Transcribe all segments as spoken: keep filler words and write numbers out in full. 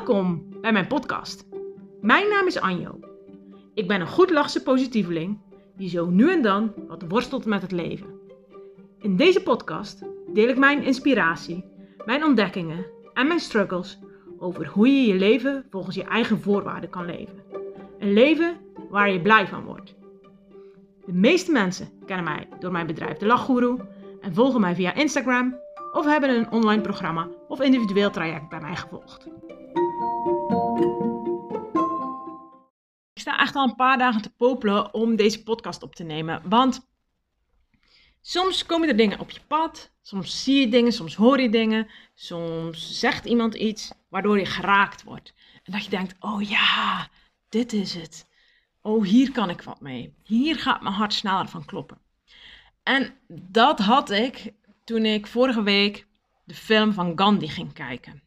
Welkom bij mijn podcast. Mijn naam is Anjo. Ik ben een goedlachse positieveling die zo nu en dan wat worstelt met het leven. In deze podcast deel ik mijn inspiratie, mijn ontdekkingen en mijn struggles over hoe je je leven volgens je eigen voorwaarden kan leven. Een leven waar je blij van wordt. De meeste mensen kennen mij door mijn bedrijf De Lachgoeroe en volgen mij via Instagram of hebben een online programma of individueel traject bij mij gevolgd. Ik sta echt al een paar dagen te popelen om deze podcast op te nemen, want soms komen er dingen op je pad, soms zie je dingen, soms hoor je dingen, soms zegt iemand iets waardoor je geraakt wordt. En dat je denkt, oh ja, dit is het. Oh, hier kan ik wat mee. Hier gaat mijn hart sneller van kloppen. En dat had ik toen ik vorige week de film van Gandhi ging kijken.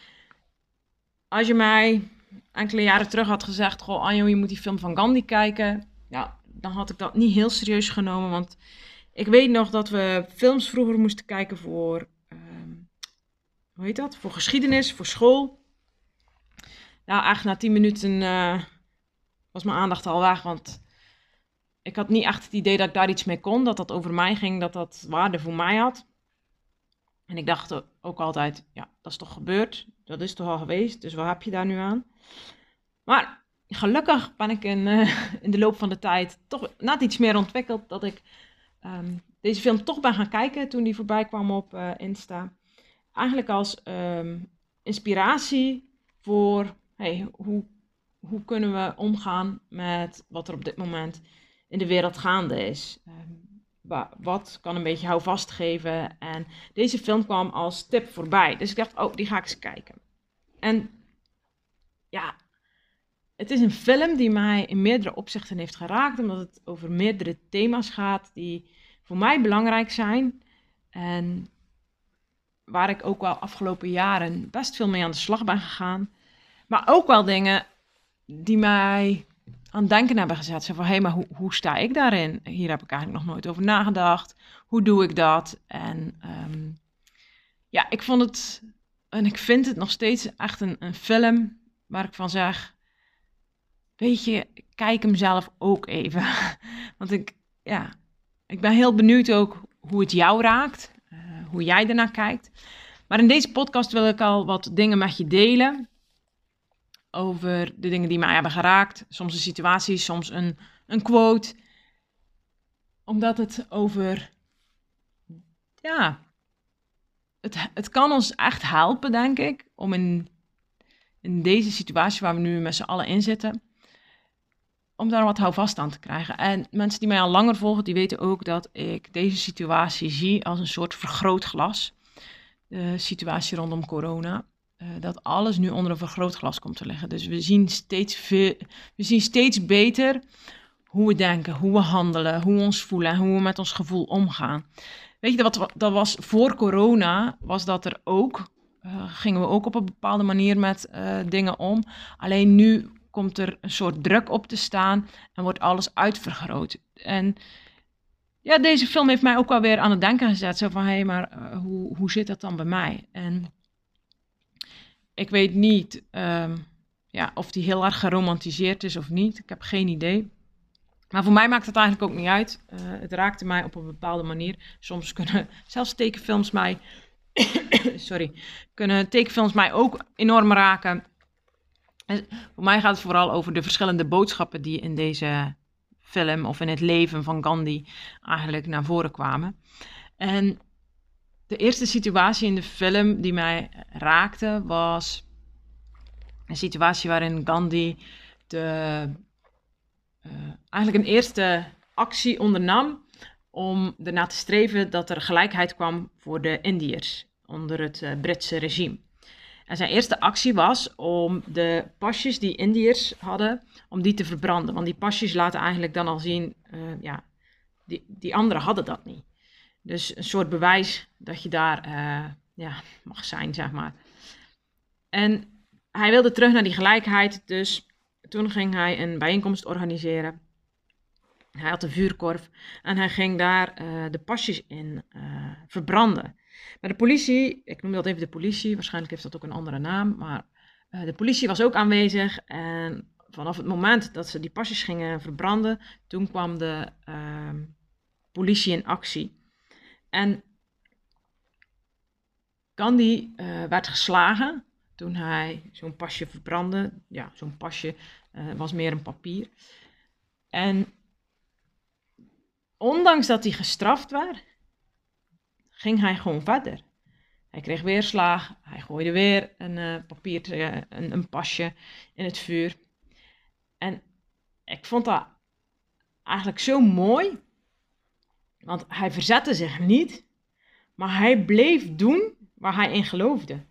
Als je mij enkele jaren terug had gezegd, goh Anjo, je moet die film van Gandhi kijken. Ja, dan had ik dat niet heel serieus genomen, want ik weet nog dat we films vroeger moesten kijken voor, um, hoe heet dat? Voor geschiedenis, voor school. Nou, echt na tien minuten uh, was mijn aandacht al weg, want ik had niet echt het idee dat ik daar iets mee kon, dat dat over mij ging, dat dat waarde voor mij had. En ik dacht ook altijd, ja, dat is toch gebeurd, dat is toch al geweest, dus wat heb je daar nu aan? Maar gelukkig ben ik in, uh, in de loop van de tijd toch net iets meer ontwikkeld, dat ik um, deze film toch ben gaan kijken toen die voorbij kwam op uh, Insta. Eigenlijk als um, inspiratie voor, hey, hoe, hoe kunnen we omgaan met wat er op dit moment in de wereld gaande is. Um, Wat kan een beetje houvast geven. En deze film kwam als tip voorbij. Dus ik dacht, oh, die ga ik eens kijken. En ja, het is een film die mij in meerdere opzichten heeft geraakt. Omdat het over meerdere thema's gaat die voor mij belangrijk zijn. En waar ik ook wel afgelopen jaren best veel mee aan de slag ben gegaan. Maar ook wel dingen die mij aan het denken hebben gezet. Zo van, hé, hey, maar hoe, hoe sta ik daarin? Hier heb ik eigenlijk nog nooit over nagedacht. Hoe doe ik dat? En um, ja, ik vond het, en ik vind het nog steeds echt een, een film waar ik van zeg, weet je, kijk hem zelf ook even. Want ik, ja, ik ben heel benieuwd ook hoe het jou raakt. Uh, hoe jij ernaar kijkt. Maar in deze podcast wil ik al wat dingen met je delen. Over de dingen die mij hebben geraakt. Soms een situatie, soms een, een quote. Omdat het over, ja, het, het kan ons echt helpen, denk ik. Om in, in deze situatie waar we nu met z'n allen in zitten. Om daar wat houvast aan te krijgen. En mensen die mij al langer volgen, die weten ook dat ik deze situatie zie als een soort vergrootglas. De situatie rondom corona. Uh, dat alles nu onder een vergrootglas komt te liggen. Dus we zien steeds veel, we zien steeds beter hoe we denken, hoe we handelen, hoe we ons voelen en hoe we met ons gevoel omgaan. Weet je, wat dat was voor corona, was dat er ook, uh, gingen we ook op een bepaalde manier met uh, dingen om. Alleen nu komt er een soort druk op te staan en wordt alles uitvergroot. En ja, deze film heeft mij ook wel weer aan het denken gezet. Zo van, hé, hey, maar uh, hoe, hoe zit dat dan bij mij? En ik weet niet um, ja, of die heel erg geromantiseerd is of niet. Ik heb geen idee. Maar voor mij maakt het eigenlijk ook niet uit. Uh, het raakte mij op een bepaalde manier. Soms kunnen zelfs tekenfilms mij... sorry. Kunnen tekenfilms mij ook enorm raken. En voor mij gaat het vooral over de verschillende boodschappen die in deze film of in het leven van Gandhi eigenlijk naar voren kwamen. En de eerste situatie in de film die mij raakte was een situatie waarin Gandhi de, uh, eigenlijk een eerste actie ondernam om ernaar te streven dat er gelijkheid kwam voor de Indiërs onder het uh, Britse regime. En zijn eerste actie was om de pasjes die Indiërs hadden, om die te verbranden. Want die pasjes laten eigenlijk dan al zien, uh, ja, die, die anderen hadden dat niet. Dus een soort bewijs dat je daar uh, ja, mag zijn, zeg maar. En hij wilde terug naar die gelijkheid, dus toen ging hij een bijeenkomst organiseren. Hij had een vuurkorf en hij ging daar uh, de pasjes in uh, verbranden. Maar de politie, ik noem dat even de politie, waarschijnlijk heeft dat ook een andere naam, maar Uh, de politie was ook aanwezig en vanaf het moment dat ze die pasjes gingen verbranden, toen kwam de uh, politie in actie. En Gandhi uh, werd geslagen toen hij zo'n pasje verbrandde. Ja, zo'n pasje uh, was meer een papier. En ondanks dat hij gestraft werd, ging hij gewoon verder. Hij kreeg weer slag, hij gooide weer een uh, papier, uh, een, een pasje in het vuur. En ik vond dat eigenlijk zo mooi, want hij verzette zich niet, maar hij bleef doen waar hij in geloofde.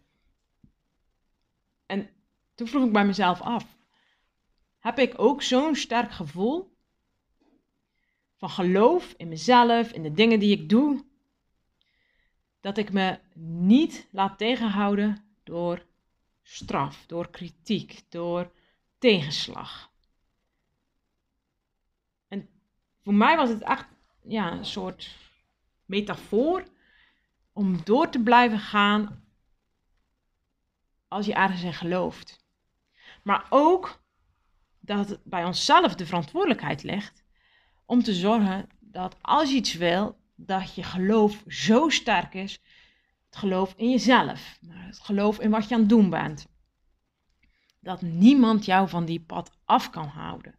En toen vroeg ik bij mezelf af, heb ik ook zo'n sterk gevoel van geloof in mezelf, in de dingen die ik doe, dat ik me niet laat tegenhouden door straf, door kritiek, door tegenslag. En voor mij was het echt ja, een soort metafoor om door te blijven gaan als je ergens in gelooft. Maar ook dat het bij onszelf de verantwoordelijkheid ligt om te zorgen dat als je iets wil, dat je geloof zo sterk is, het geloof in jezelf, het geloof in wat je aan het doen bent, dat niemand jou van die pad af kan houden.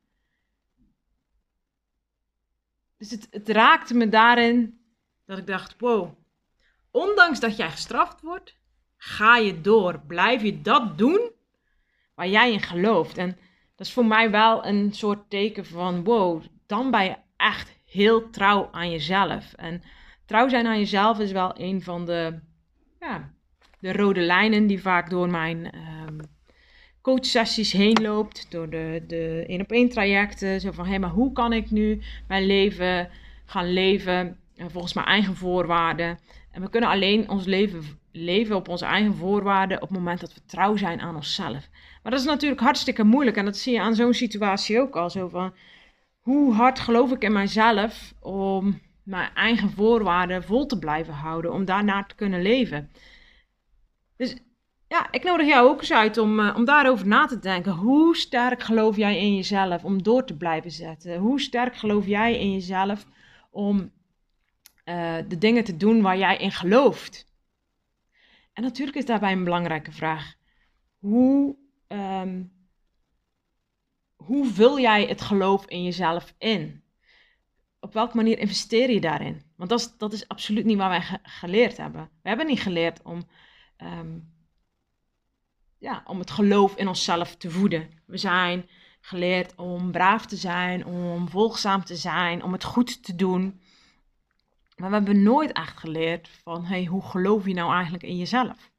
Dus het, het raakte me daarin dat ik dacht, wow, ondanks dat jij gestraft wordt, ga je door, blijf je dat doen waar jij in gelooft. En dat is voor mij wel een soort teken van, wow, dan ben je echt heel trouw aan jezelf. En trouw zijn aan jezelf is wel een van de, ja, de rode lijnen die vaak door mijn um, coachsessies heen loopt. Door de, de één-op-één trajecten. Zo van, hé, hey, maar hoe kan ik nu mijn leven gaan leven volgens mijn eigen voorwaarden? En we kunnen alleen ons leven leven op onze eigen voorwaarden op het moment dat we trouw zijn aan onszelf. Maar dat is natuurlijk hartstikke moeilijk. En dat zie je aan zo'n situatie ook al. Zo van, hoe hard geloof ik in mijzelf om mijn eigen voorwaarden vol te blijven houden. Om daarnaar te kunnen leven. Dus ja, ik nodig jou ook eens uit om, uh, om daarover na te denken. Hoe sterk geloof jij in jezelf om door te blijven zetten? Hoe sterk geloof jij in jezelf om uh, de dingen te doen waar jij in gelooft? En natuurlijk is daarbij een belangrijke vraag. Hoe, um, hoe vul jij het geloof in jezelf in? Op welke manier investeer je daarin? Want dat is, dat is absoluut niet wat wij ge- geleerd hebben. We hebben niet geleerd om, um, ja, om het geloof in onszelf te voeden. We zijn geleerd om braaf te zijn, om volgzaam te zijn, om het goed te doen. Maar we hebben nooit echt geleerd van, hey, hoe geloof je nou eigenlijk in jezelf?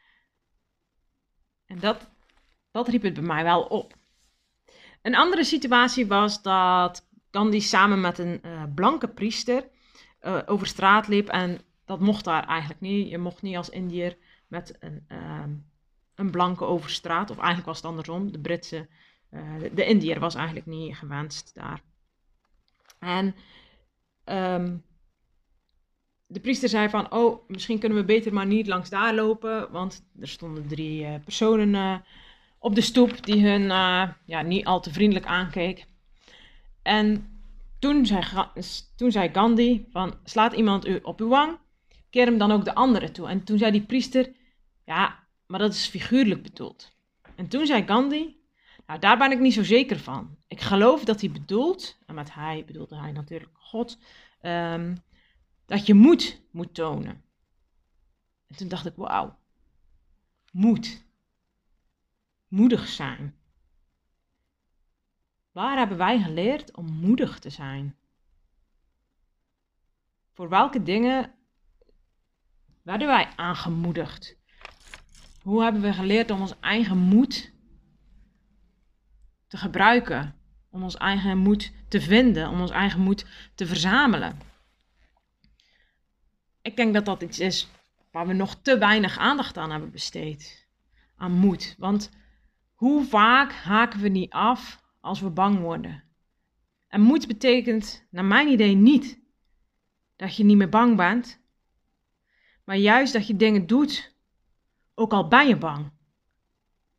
En dat, dat riep het bij mij wel op. Een andere situatie was dat Gandhi samen met een uh, blanke priester uh, over straat liep. En dat mocht daar eigenlijk niet. Je mocht niet als Indiër met een, uh, een blanke over straat. Of eigenlijk was het andersom. De Britse, uh, de, de Indiër was eigenlijk niet gewenst daar. En um, de priester zei van, oh, misschien kunnen we beter maar niet langs daar lopen. Want er stonden drie uh, personen uh, op de stoep die hun uh, ja, niet al te vriendelijk aankeek. En toen zei, toen zei Gandhi van, slaat iemand u op uw wang, keer hem dan ook de andere toe. En toen zei die priester, ja, maar dat is figuurlijk bedoeld. En toen zei Gandhi, nou, daar ben ik niet zo zeker van. Ik geloof dat hij bedoelt, en met hij bedoelde hij natuurlijk God, um, dat je moed moet tonen. En toen dacht ik, wauw, moed. Moedig zijn. Waar hebben wij geleerd om moedig te zijn? Voor welke dingen werden wij aangemoedigd? Hoe hebben we geleerd om ons eigen moed te gebruiken? Om ons eigen moed te vinden, om ons eigen moed te verzamelen? Ik denk dat dat iets is waar we nog te weinig aandacht aan hebben besteed. Aan moed. Want hoe vaak haken we niet af als we bang worden? En moed betekent, naar mijn idee, niet dat je niet meer bang bent, maar juist dat je dingen doet, ook al ben je bang.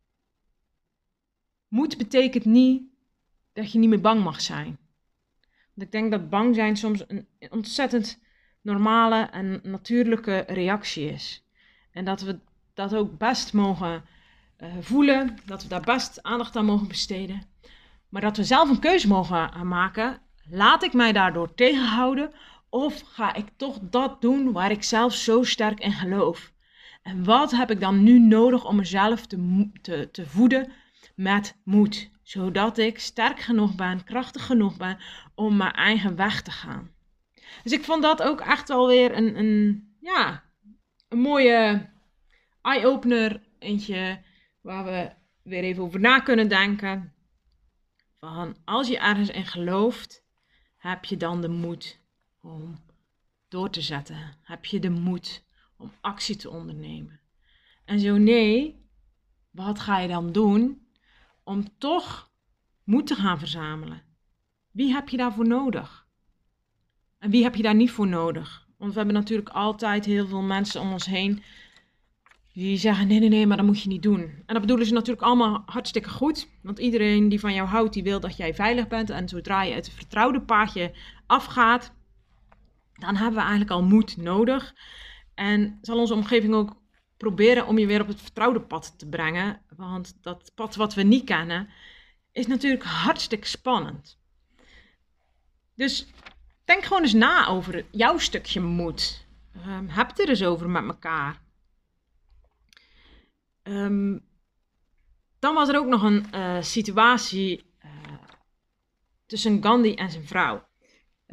moed betekent niet dat je niet meer bang mag zijn. Want ik denk dat bang zijn soms een ontzettend normale en natuurlijke reactie is. En dat we dat ook best mogen uh, voelen, dat we daar best aandacht aan mogen besteden. Maar dat we zelf een keuze mogen maken. Laat ik mij daardoor tegenhouden of ga ik toch dat doen waar ik zelf zo sterk in geloof? En wat heb ik dan nu nodig om mezelf te, te, te voeden met moed? Zodat ik sterk genoeg ben, krachtig genoeg ben om mijn eigen weg te gaan. Dus ik vond dat ook echt wel weer een, een, ja, een mooie eye-opener. Eentje waar we weer even over na kunnen denken. Van als je ergens in gelooft, heb je dan de moed om door te zetten? Heb je de moed om actie te ondernemen? En zo nee, wat ga je dan doen om toch moed te gaan verzamelen? Wie heb je daarvoor nodig? En wie heb je daar niet voor nodig? Want we hebben natuurlijk altijd heel veel mensen om ons heen die zeggen nee, nee, nee, maar dat moet je niet doen. En dat bedoelen ze natuurlijk allemaal hartstikke goed. Want iedereen die van jou houdt, die wil dat jij veilig bent. En zodra je het vertrouwde paadje afgaat, dan hebben we eigenlijk al moed nodig. En zal onze omgeving ook proberen om je weer op het vertrouwde pad te brengen. Want dat pad wat we niet kennen, is natuurlijk hartstikke spannend. Dus denk gewoon eens na over jouw stukje moed. Um, heb het er eens over met elkaar. Um, dan was er ook nog een uh, situatie uh, tussen Gandhi en zijn vrouw. Uh,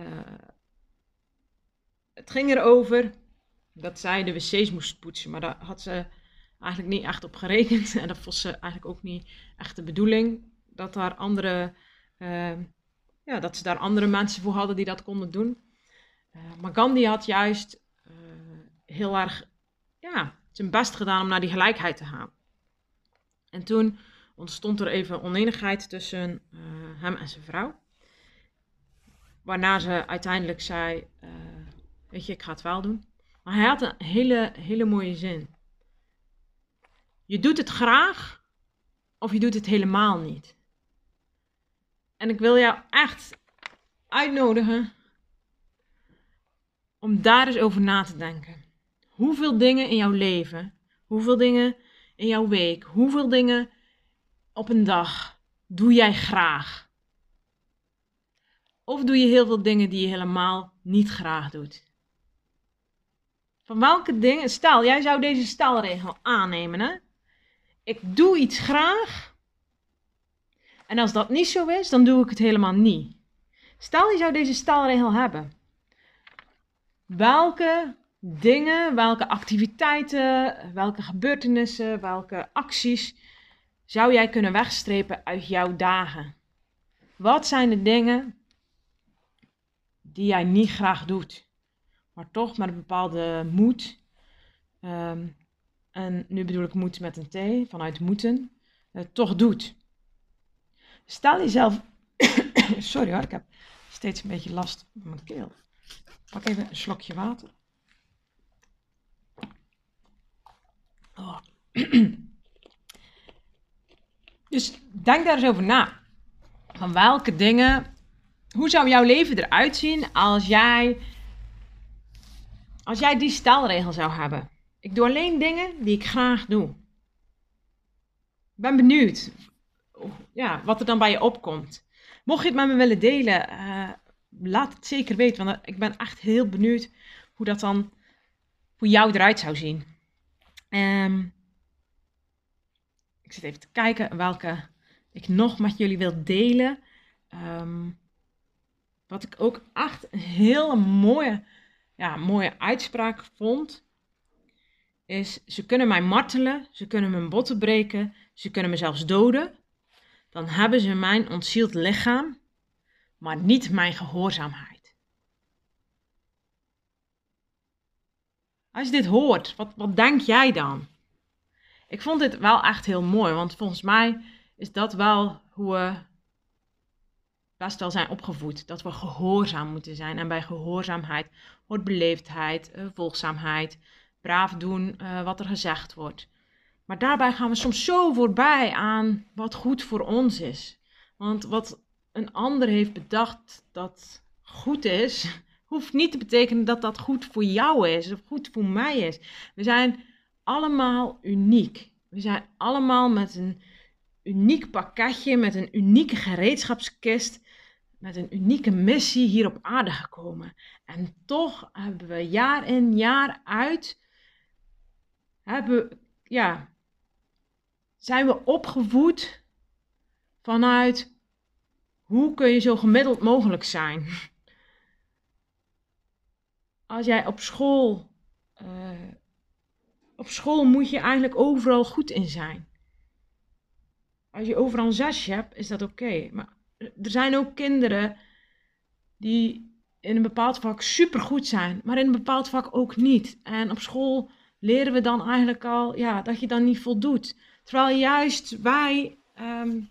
het ging erover dat zij de wc's moest poetsen, maar daar had ze eigenlijk niet echt op gerekend. En dat vond ze eigenlijk ook niet echt de bedoeling. Dat, daar andere, uh, ja, dat ze daar andere mensen voor hadden die dat konden doen. Uh, maar Gandhi had juist uh, heel erg ja, zijn best gedaan om naar die gelijkheid te gaan. En toen ontstond er even onenigheid tussen uh, hem en zijn vrouw. Waarna ze uiteindelijk zei, uh, weet je, ik ga het wel doen. Maar hij had een hele, hele mooie zin. Je doet het graag of je doet het helemaal niet. En ik wil jou echt uitnodigen om daar eens over na te denken. Hoeveel dingen in jouw leven, hoeveel dingen in jouw week, hoeveel dingen op een dag doe jij graag? Of doe je heel veel dingen die je helemaal niet graag doet? Van welke dingen, stel, jij zou deze stelregel aannemen, hè? Ik doe iets graag. En als dat niet zo is, dan doe ik het helemaal niet. Stel, je zou deze stelregel hebben. Welke dingen, welke activiteiten, welke gebeurtenissen, welke acties zou jij kunnen wegstrepen uit jouw dagen? Wat zijn de dingen die jij niet graag doet, maar toch met een bepaalde moed, um, en nu bedoel ik moed met een T, vanuit moeten, uh, toch doet? Stel jezelf, sorry hoor, ik heb steeds een beetje last met mijn keel. Pak even een slokje water. Oh. Dus denk daar eens over na. Van welke dingen, hoe zou jouw leven eruit zien als jij, als jij die stelregel zou hebben? Ik doe alleen dingen die ik graag doe. Ik ben benieuwd ja, wat er dan bij je opkomt. Mocht je het met me willen delen, uh, laat het zeker weten. Want ik ben echt heel benieuwd hoe dat dan voor jou eruit zou zien. Um, ik zit even te kijken welke ik nog met jullie wil delen. Um, wat ik ook echt een hele mooie, ja, mooie uitspraak vond. Is, ze kunnen mij martelen, ze kunnen mijn botten breken, ze kunnen me zelfs doden. Dan hebben ze mijn ontzield lichaam, maar niet mijn gehoorzaamheid. Als je dit hoort, wat, wat denk jij dan? Ik vond dit wel echt heel mooi, want volgens mij is dat wel hoe we best wel zijn opgevoed. Dat we gehoorzaam moeten zijn. En bij gehoorzaamheid hoort beleefdheid, volgzaamheid, braaf doen uh, wat er gezegd wordt. Maar daarbij gaan we soms zo voorbij aan wat goed voor ons is. Want wat een ander heeft bedacht dat goed is, hoeft niet te betekenen dat dat goed voor jou is of goed voor mij is. We zijn allemaal uniek. We zijn allemaal met een uniek pakketje, met een unieke gereedschapskist, met een unieke missie hier op aarde gekomen. En toch hebben we jaar in jaar uit, hebben, ja, zijn we opgevoed vanuit hoe kun je zo gemiddeld mogelijk zijn. Als jij op school, uh, op school moet je eigenlijk overal goed in zijn. Als je overal een zesje hebt, is dat oké. Okay. Maar er zijn ook kinderen die in een bepaald vak supergoed zijn, maar in een bepaald vak ook niet. En op school leren we dan eigenlijk al ja, dat je dan niet voldoet. Terwijl juist wij, um,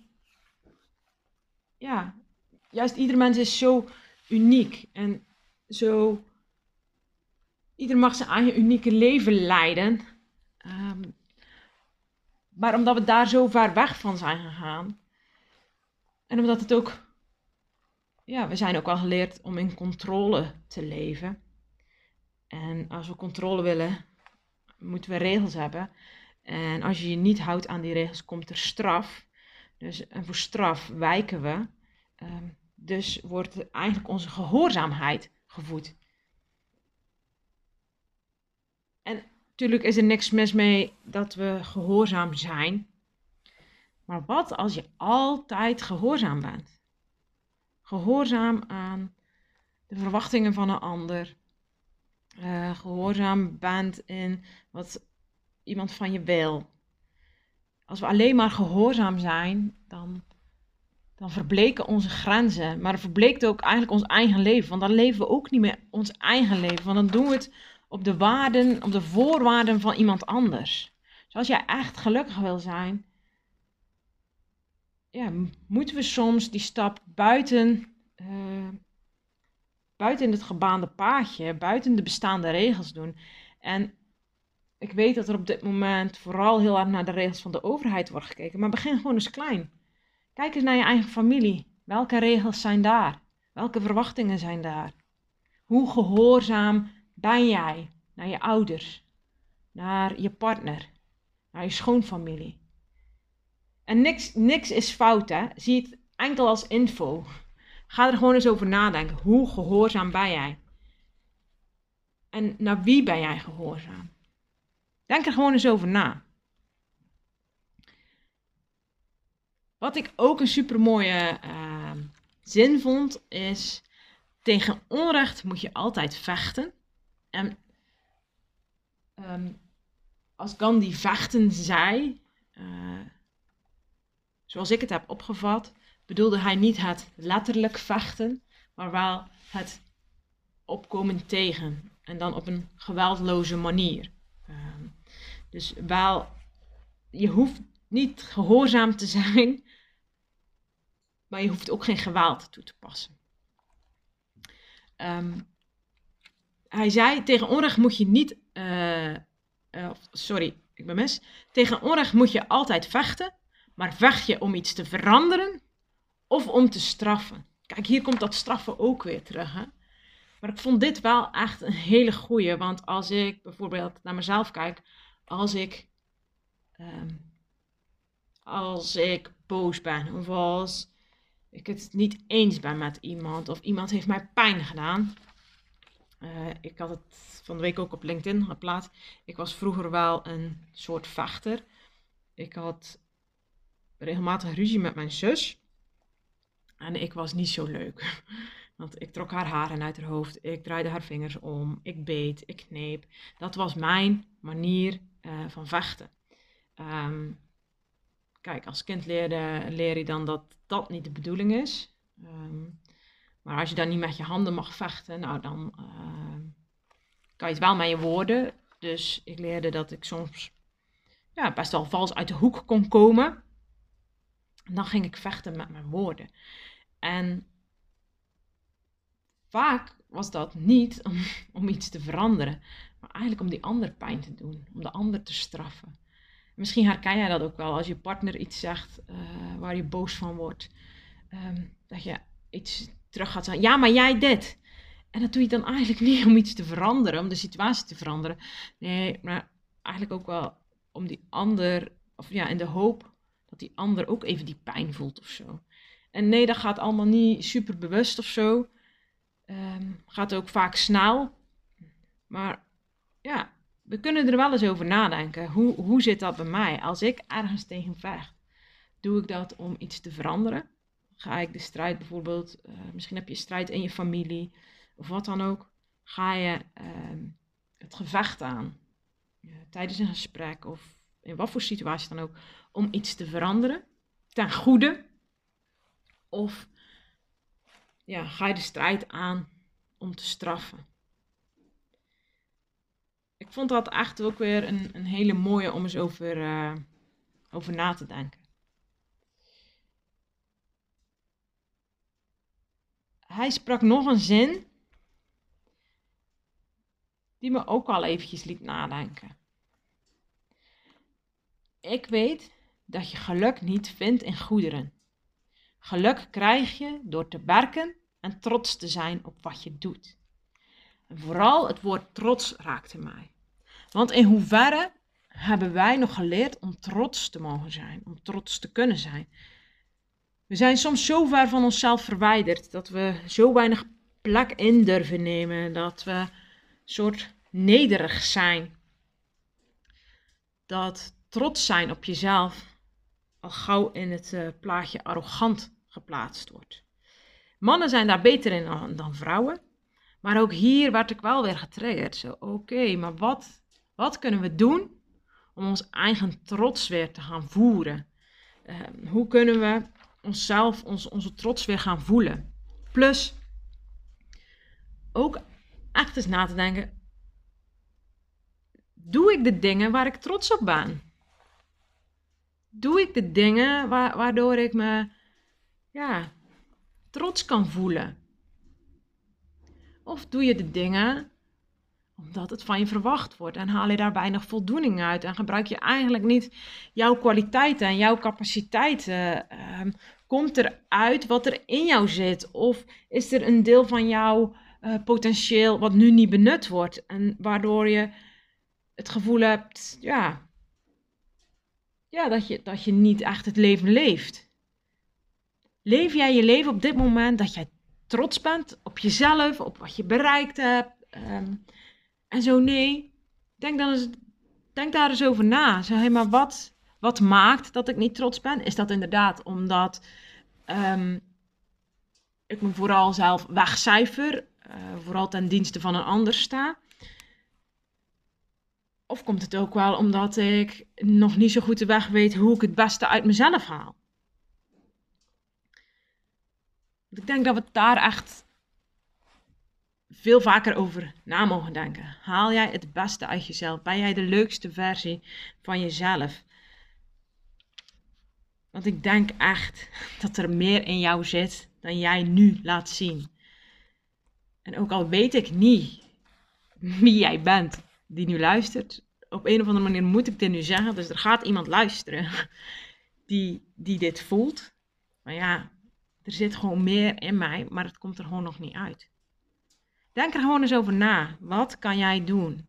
ja, juist ieder mens is zo uniek en zo, ieder mag zijn eigen unieke leven leiden. Um, maar omdat we daar zo ver weg van zijn gegaan en omdat het ook, ja, we zijn ook al geleerd om in controle te leven. En als we controle willen, moeten we regels hebben. En als je je niet houdt aan die regels, komt er straf. Dus, en voor straf wijken we. Um, dus wordt eigenlijk onze gehoorzaamheid gevoed. En natuurlijk is er niks mis mee dat we gehoorzaam zijn. Maar wat als je altijd gehoorzaam bent? Gehoorzaam aan de verwachtingen van een ander. Uh, gehoorzaam bent in wat iemand van je wil. Als we alleen maar gehoorzaam zijn, dan, dan verbleken onze grenzen. Maar er verbleekt ook eigenlijk ons eigen leven. Want dan leven we ook niet meer ons eigen leven. Want dan doen we het op de waarden, op de voorwaarden van iemand anders. Dus als jij echt gelukkig wil zijn, ja, moeten we soms die stap buiten, uh, buiten het gebaande paadje, buiten de bestaande regels doen. En ik weet dat er op dit moment vooral heel hard naar de regels van de overheid wordt gekeken. Maar begin gewoon eens klein. Kijk eens naar je eigen familie. Welke regels zijn daar? Welke verwachtingen zijn daar? Hoe gehoorzaam ben jij naar je ouders? Naar je partner? Naar je schoonfamilie? En niks, niks is fout, hè? Zie het enkel als info. Ga er gewoon eens over nadenken. Hoe gehoorzaam ben jij? En naar wie ben jij gehoorzaam? Denk er gewoon eens over na. Wat ik ook een supermooie uh, zin vond, is: tegen onrecht moet je altijd vechten. En um, als Gandhi vechten zei, uh, zoals ik het heb opgevat, bedoelde hij niet het letterlijk vechten, maar wel het opkomen tegen. En dan op een geweldloze manier. Um, dus wel, je hoeft niet gehoorzaam te zijn, maar je hoeft ook geen geweld toe te passen. Um, hij zei, tegen onrecht moet je niet, uh, uh, sorry, ik ben mis. Tegen onrecht moet je altijd vechten, maar vecht je om iets te veranderen of om te straffen. Kijk, hier komt dat straffen ook weer terug, hè. Maar ik vond dit wel echt een hele goeie, want als ik bijvoorbeeld naar mezelf kijk, als ik, um, als ik boos ben of als ik het niet eens ben met iemand of iemand heeft mij pijn gedaan. Uh, ik had het van de week ook op LinkedIn geplaatst. Ik was vroeger wel een soort vechter. Ik had regelmatig ruzie met mijn zus. En ik was niet zo leuk. Want ik trok haar haren uit haar hoofd. Ik draaide haar vingers om. Ik beet. Ik kneep. Dat was mijn manier uh, van vechten. Um, kijk, als kind leerde, leer je dan dat dat niet de bedoeling is. Um, maar als je dan niet met je handen mag vechten, nou dan uh, kan je het wel met je woorden. Dus ik leerde dat ik soms ja, best wel vals uit de hoek kon komen. En dan ging ik vechten met mijn woorden. En vaak was dat niet om, om iets te veranderen, maar eigenlijk om die ander pijn te doen, om de ander te straffen. Misschien herken jij dat ook wel als je partner iets zegt uh, waar je boos van wordt. Um, dat je iets terug gaat zeggen. Ja, maar jij dit. En dat doe je dan eigenlijk niet om iets te veranderen, om de situatie te veranderen. Nee, maar eigenlijk ook wel om die ander, of ja, in de hoop dat die ander ook even die pijn voelt of zo. En nee, dat gaat allemaal niet super bewust of zo. Um, gaat ook vaak snel. Maar ja, we kunnen er wel eens over nadenken. Hoe, hoe zit dat bij mij? Als ik ergens tegen vecht, doe ik dat om iets te veranderen? Ga ik de strijd bijvoorbeeld, uh, misschien heb je strijd in je familie of wat dan ook. Ga je uh, het gevecht aan uh, tijdens een gesprek of in wat voor situatie dan ook, om iets te veranderen ten goede? Of ja, ga je de strijd aan om te straffen? Ik vond dat echt ook weer een, een hele mooie om eens over, uh, over na te denken. Hij sprak nog een zin die me ook al eventjes liet nadenken. Ik weet dat je geluk niet vindt in goederen. Geluk krijg je door te werken en trots te zijn op wat je doet. En vooral het woord trots raakte mij. Want in hoeverre hebben wij nog geleerd om trots te mogen zijn, om trots te kunnen zijn? We zijn soms zo ver van onszelf verwijderd dat we zo weinig plek in durven nemen, dat we een soort nederig zijn. Dat trots zijn op jezelf al gauw in het uh, plaatje arrogant geplaatst wordt. Mannen zijn daar beter in dan, dan vrouwen, maar ook hier werd ik wel weer getriggerd. Zo, oké, okay, maar wat, wat kunnen we doen om ons eigen trots weer te gaan voeren? Uh, hoe kunnen we onszelf, ons, onze trots weer gaan voelen? Plus, ook echt eens na te denken, doe ik de dingen waar ik trots op ben? Doe ik de dingen wa- waardoor ik me ja, trots kan voelen? Of doe je de dingen omdat het van je verwacht wordt en haal je daar weinig voldoening uit en gebruik je eigenlijk niet jouw kwaliteiten en jouw capaciteiten? Um, komt er uit wat er in jou zit? Of is er een deel van jouw uh, potentieel wat nu niet benut wordt en waardoor je het gevoel hebt, ja, ja dat, je, dat je niet echt het leven leeft? Leef jij je leven op dit moment dat jij trots bent op jezelf, op wat je bereikt hebt? Um, en zo nee, denk, dan eens, denk daar eens over na. Zeg, hey, maar wat, wat maakt dat ik niet trots ben? Is dat inderdaad omdat um, ik me vooral zelf wegcijfer, uh, vooral ten dienste van een ander sta? Of komt het ook wel omdat ik nog niet zo goed de weg weet hoe ik het beste uit mezelf haal? Ik denk dat we het daar echt veel vaker over na mogen denken. Haal jij het beste uit jezelf? Ben jij de leukste versie van jezelf? Want ik denk echt dat er meer in jou zit dan jij nu laat zien. En ook al weet ik niet wie jij bent die nu luistert, op een of andere manier moet ik dit nu zeggen, dus er gaat iemand luisteren die, die dit voelt. Maar ja, er zit gewoon meer in mij, maar het komt er gewoon nog niet uit. Denk er gewoon eens over na. Wat kan jij doen?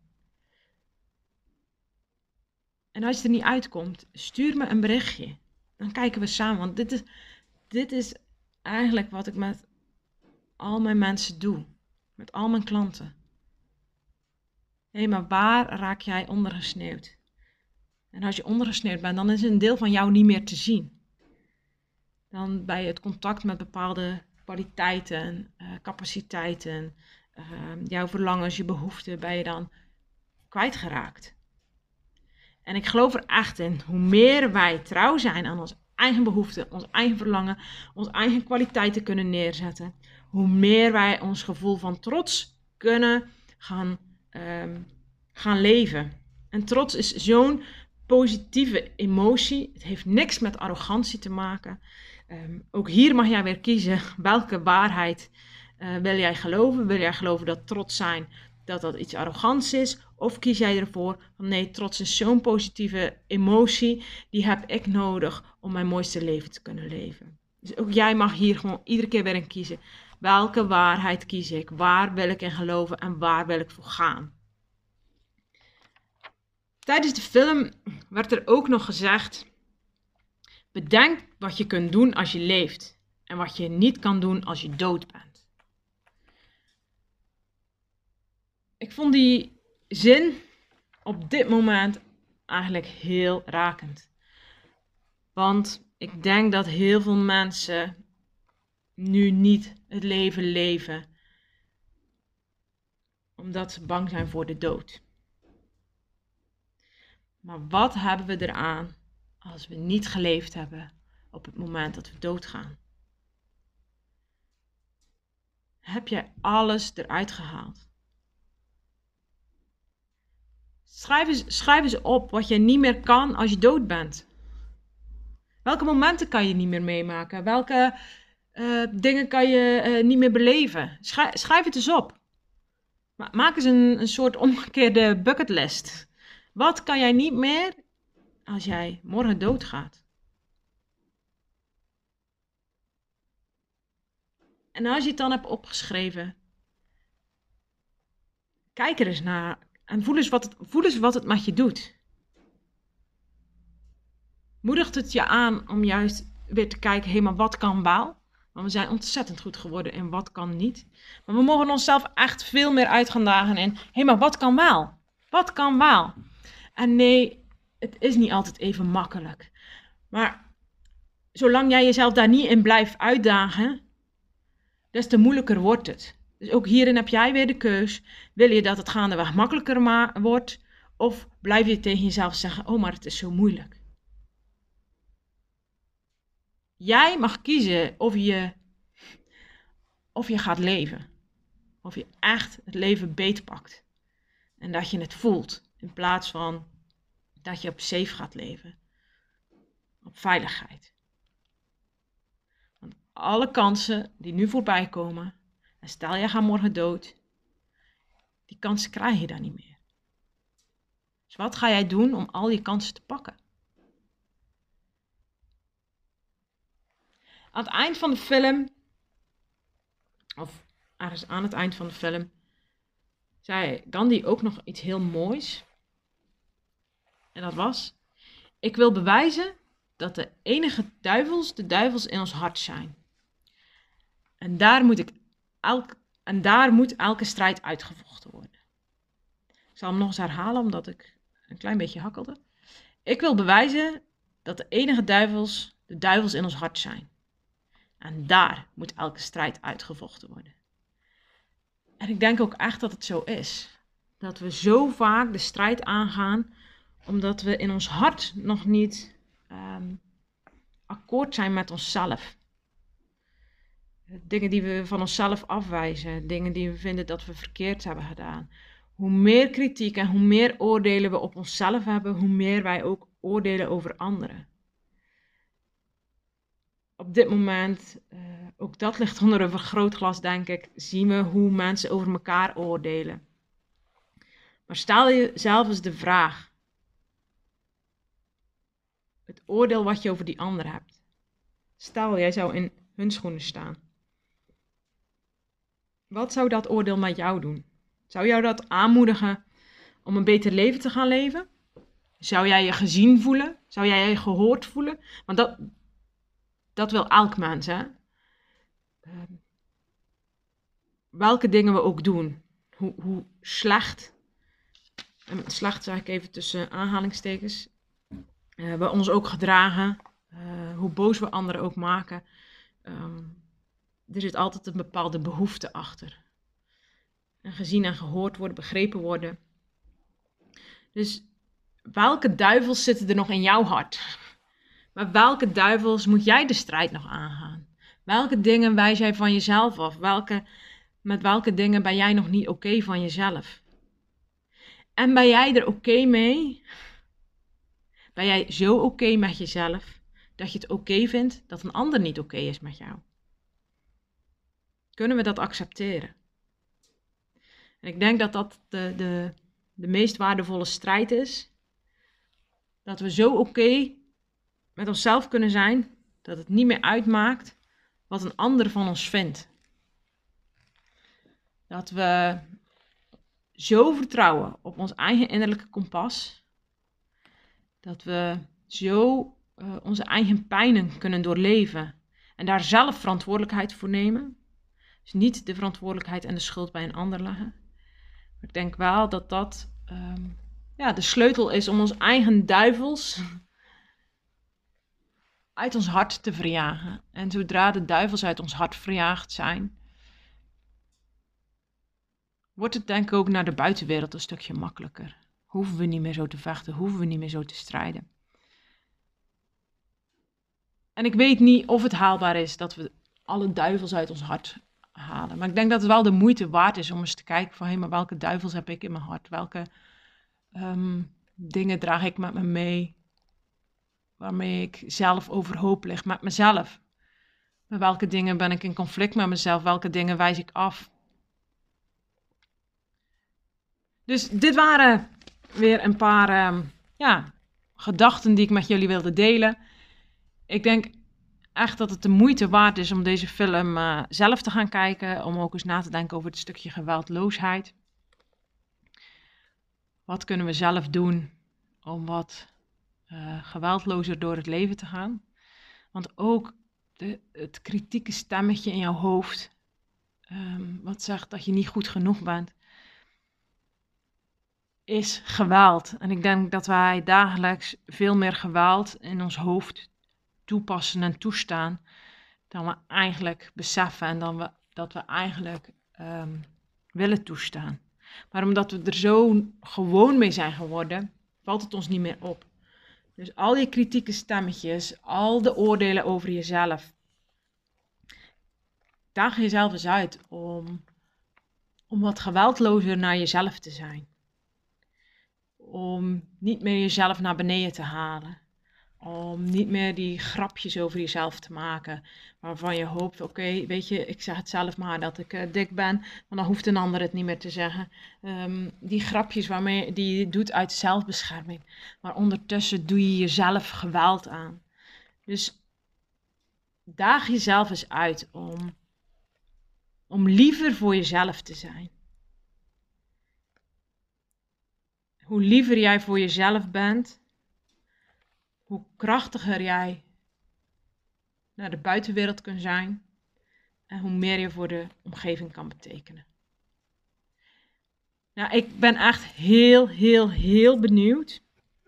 En als je er niet uitkomt, stuur me een berichtje. Dan kijken we samen. Want dit is, dit is eigenlijk wat ik met al mijn mensen doe. Met al mijn klanten. Hé, hey, maar waar raak jij ondergesneeuwd? En als je ondergesneeuwd bent, dan is een deel van jou niet meer te zien. Dan bij het contact met bepaalde kwaliteiten, uh, capaciteiten, uh, jouw verlangens, je behoeften, ben je dan kwijtgeraakt. En ik geloof er echt in, hoe meer wij trouw zijn aan onze eigen behoeften, ons eigen verlangen, onze eigen kwaliteiten kunnen neerzetten, hoe meer wij ons gevoel van trots kunnen gaan, um, gaan leven. En trots is zo'n positieve emotie. Het heeft niks met arrogantie te maken. Um, ook hier mag jij weer kiezen welke waarheid uh, wil jij geloven. Wil jij geloven dat trots zijn dat dat iets arrogants is? Of kies jij ervoor van nee, trots is zo'n positieve emotie, die heb ik nodig om mijn mooiste leven te kunnen leven. Dus ook jij mag hier gewoon iedere keer weer in kiezen. Welke waarheid kies ik? Waar wil ik in geloven en waar wil ik voor gaan? Tijdens de film werd er ook nog gezegd: bedenk wat je kunt doen als je leeft en wat je niet kan doen als je dood bent. Ik vond die zin op dit moment eigenlijk heel rakend. Want ik denk dat heel veel mensen nu niet het leven leven omdat ze bang zijn voor de dood. Maar wat hebben we eraan als we niet geleefd hebben op het moment dat we doodgaan? Heb jij alles eruit gehaald? Schrijf eens, schrijf eens op wat je niet meer kan als je dood bent. Welke momenten kan je niet meer meemaken? Welke uh, dingen kan je uh, niet meer beleven? Schrijf, schrijf het eens op. Ma- maak eens een, een soort omgekeerde bucketlist. Wat kan jij niet meer als jij morgen doodgaat? En als je het dan hebt opgeschreven, kijk er eens naar en voel eens wat het, voel eens wat het met je doet. Moedigt het je aan om juist weer te kijken, hé, maar wat kan wel? Want we zijn ontzettend goed geworden in wat kan niet. Maar we mogen onszelf echt veel meer uit gaan dagen in, hé, maar wat kan wel? Wat kan wel? En nee, het is niet altijd even makkelijk. Maar zolang jij jezelf daar niet in blijft uitdagen, des te moeilijker wordt het. Dus ook hierin heb jij weer de keus. Wil je dat het gaandeweg makkelijker ma- wordt? Of blijf je tegen jezelf zeggen, oh, maar het is zo moeilijk. Jij mag kiezen of je, of je gaat leven. Of je echt het leven beetpakt. En dat je het voelt. In plaats van dat je op safe gaat leven. Op veiligheid. Want alle kansen die nu voorbij komen. En stel je gaat morgen dood. Die kansen krijg je dan niet meer. Dus wat ga jij doen om al die kansen te pakken? Aan het eind van de film, of ergens aan het eind van de film, zei Gandhi ook nog iets heel moois. En dat was: ik wil bewijzen dat de enige duivels de duivels in ons hart zijn. En daar moet, ik elk, en daar moet elke strijd uitgevochten worden. Ik zal hem nog eens herhalen, omdat ik een klein beetje hakkelde. Ik wil bewijzen dat de enige duivels de duivels in ons hart zijn. En daar moet elke strijd uitgevochten worden. En ik denk ook echt dat het zo is. Dat we zo vaak de strijd aangaan, omdat we in ons hart nog niet um, akkoord zijn met onszelf. Dingen die we van onszelf afwijzen, dingen die we vinden dat we verkeerd hebben gedaan. Hoe meer kritiek en hoe meer oordelen we op onszelf hebben, hoe meer wij ook oordelen over anderen. Op dit moment, uh, ook dat ligt onder een vergrootglas, denk ik, zien we hoe mensen over elkaar oordelen. Maar stel jezelf eens de vraag. Het oordeel wat je over die ander hebt. Stel, jij zou in hun schoenen staan. Wat zou dat oordeel met jou doen? Zou jou dat aanmoedigen om een beter leven te gaan leven? Zou jij je gezien voelen? Zou jij je gehoord voelen? Want dat, dat wil elk mens, hè? Uh, welke dingen we ook doen. Hoe, hoe slecht, en slecht zeg ik even tussen aanhalingstekens, uh, we ons ook gedragen. Uh, hoe boos we anderen ook maken. Um, er zit altijd een bepaalde behoefte achter. En gezien en gehoord worden, begrepen worden. Dus welke duivels zitten er nog in jouw hart? Maar welke duivels moet jij de strijd nog aangaan? Welke dingen wijs jij van jezelf af? Welke, met welke dingen ben jij nog niet oké van jezelf? En ben jij er oké mee? Ben jij zo oké met jezelf dat je het oké vindt dat een ander niet oké is met jou? Kunnen we dat accepteren? En ik denk dat dat de, de, de meest waardevolle strijd is. Dat we zo oké met onszelf kunnen zijn, dat het niet meer uitmaakt wat een ander van ons vindt. Dat we zo vertrouwen op ons eigen innerlijke kompas, dat we zo uh, onze eigen pijnen kunnen doorleven en daar zelf verantwoordelijkheid voor nemen. Dus niet de verantwoordelijkheid en de schuld bij een ander leggen. Maar ik denk wel dat dat um, ja, de sleutel is om ons eigen duivels uit ons hart te verjagen. En zodra de duivels uit ons hart verjaagd zijn, wordt het denk ik ook naar de buitenwereld een stukje makkelijker. Hoeven we niet meer zo te vechten, hoeven we niet meer zo te strijden. En ik weet niet of het haalbaar is dat we alle duivels uit ons hart halen. Maar ik denk dat het wel de moeite waard is om eens te kijken van, hé, hey, maar welke duivels heb ik in mijn hart? Welke um, dingen draag ik met me mee? Waarmee ik zelf overhoop lig met mezelf. Met welke dingen ben ik in conflict met mezelf? Welke dingen wijs ik af? Dus dit waren weer een paar um, ja, gedachten die ik met jullie wilde delen. Ik denk echt dat het de moeite waard is om deze film uh, zelf te gaan kijken. Om ook eens na te denken over het stukje geweldloosheid. Wat kunnen we zelf doen om wat uh, geweldlozer door het leven te gaan? Want ook de, het kritieke stemmetje in jouw hoofd, um, wat zegt dat je niet goed genoeg bent, is geweld. En ik denk dat wij dagelijks veel meer geweld in ons hoofd toepassen en toestaan dan we eigenlijk beseffen en dan we, dat we eigenlijk um, willen toestaan. Maar omdat we er zo gewoon mee zijn geworden, valt het ons niet meer op. Dus al die kritieke stemmetjes, al de oordelen over jezelf, daag jezelf eens uit om, om wat geweldlozer naar jezelf te zijn. Om niet meer jezelf naar beneden te halen. Om niet meer die grapjes over jezelf te maken. Waarvan je hoopt, oké, okay, weet je, ik zeg het zelf maar dat ik uh, dik ben. Maar dan hoeft een ander het niet meer te zeggen. Um, die grapjes waarmee die je doet uit zelfbescherming. Maar ondertussen doe je jezelf geweld aan. Dus daag jezelf eens uit om, om liever voor jezelf te zijn. Hoe liever jij voor jezelf bent, hoe krachtiger jij naar de buitenwereld kunt zijn en hoe meer je voor de omgeving kan betekenen. Nou, ik ben echt heel, heel, heel benieuwd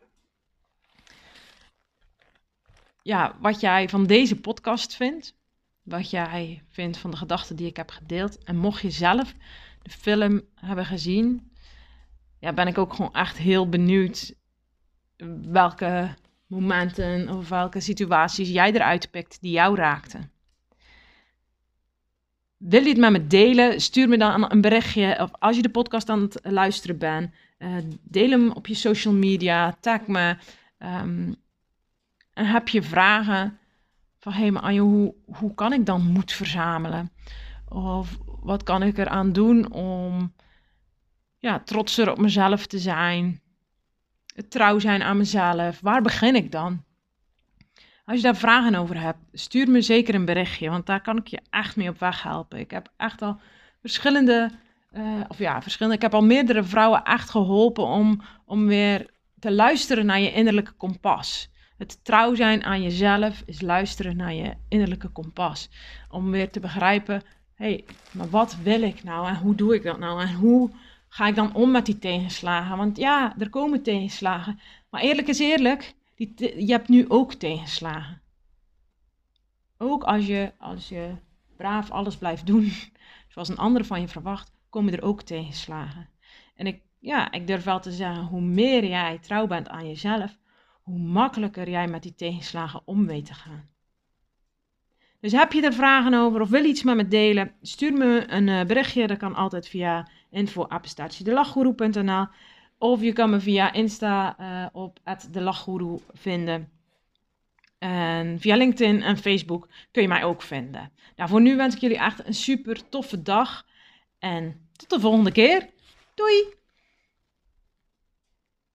ja, wat jij van deze podcast vindt. Wat jij vindt van de gedachten die ik heb gedeeld. En mocht je zelf de film hebben gezien, ja, ben ik ook gewoon echt heel benieuwd welke momenten of welke situaties jij eruit pikt die jou raakten. Wil je het met me delen? Stuur me dan een berichtje. Of als je de podcast aan het luisteren bent, uh, deel hem op je social media. Tag me. Um, en heb je vragen van, hé, hey, maar Anjo, hoe, hoe kan ik dan moed verzamelen? Of wat kan ik eraan doen om ja, trotser op mezelf te zijn? Het trouw zijn aan mezelf. Waar begin ik dan? Als je daar vragen over hebt, stuur me zeker een berichtje, want daar kan ik je echt mee op weg helpen. Ik heb echt al verschillende, uh, of ja, verschillende, ik heb al meerdere vrouwen echt geholpen om, om weer te luisteren naar je innerlijke kompas. Het trouw zijn aan jezelf is luisteren naar je innerlijke kompas. Om weer te begrijpen, hé, hey, maar wat wil ik nou en hoe doe ik dat nou en hoe ga ik dan om met die tegenslagen? Want ja, er komen tegenslagen. Maar eerlijk is eerlijk, die te- je hebt nu ook tegenslagen. Ook als je, als je braaf alles blijft doen, zoals een ander van je verwacht, komen er ook tegenslagen. En ik, ja, ik durf wel te zeggen, hoe meer jij trouw bent aan jezelf, hoe makkelijker jij met die tegenslagen om weet te gaan. Dus heb je er vragen over of wil je iets met me delen? Stuur me een uh, berichtje, dat kan altijd via info apenstaartje de lachgoeroe punt n l of je kan me via Insta uh, op at de lachgoeroe vinden. En via LinkedIn en Facebook kun je mij ook vinden. Nou, voor nu wens ik jullie echt een super toffe dag en tot de volgende keer. Doei!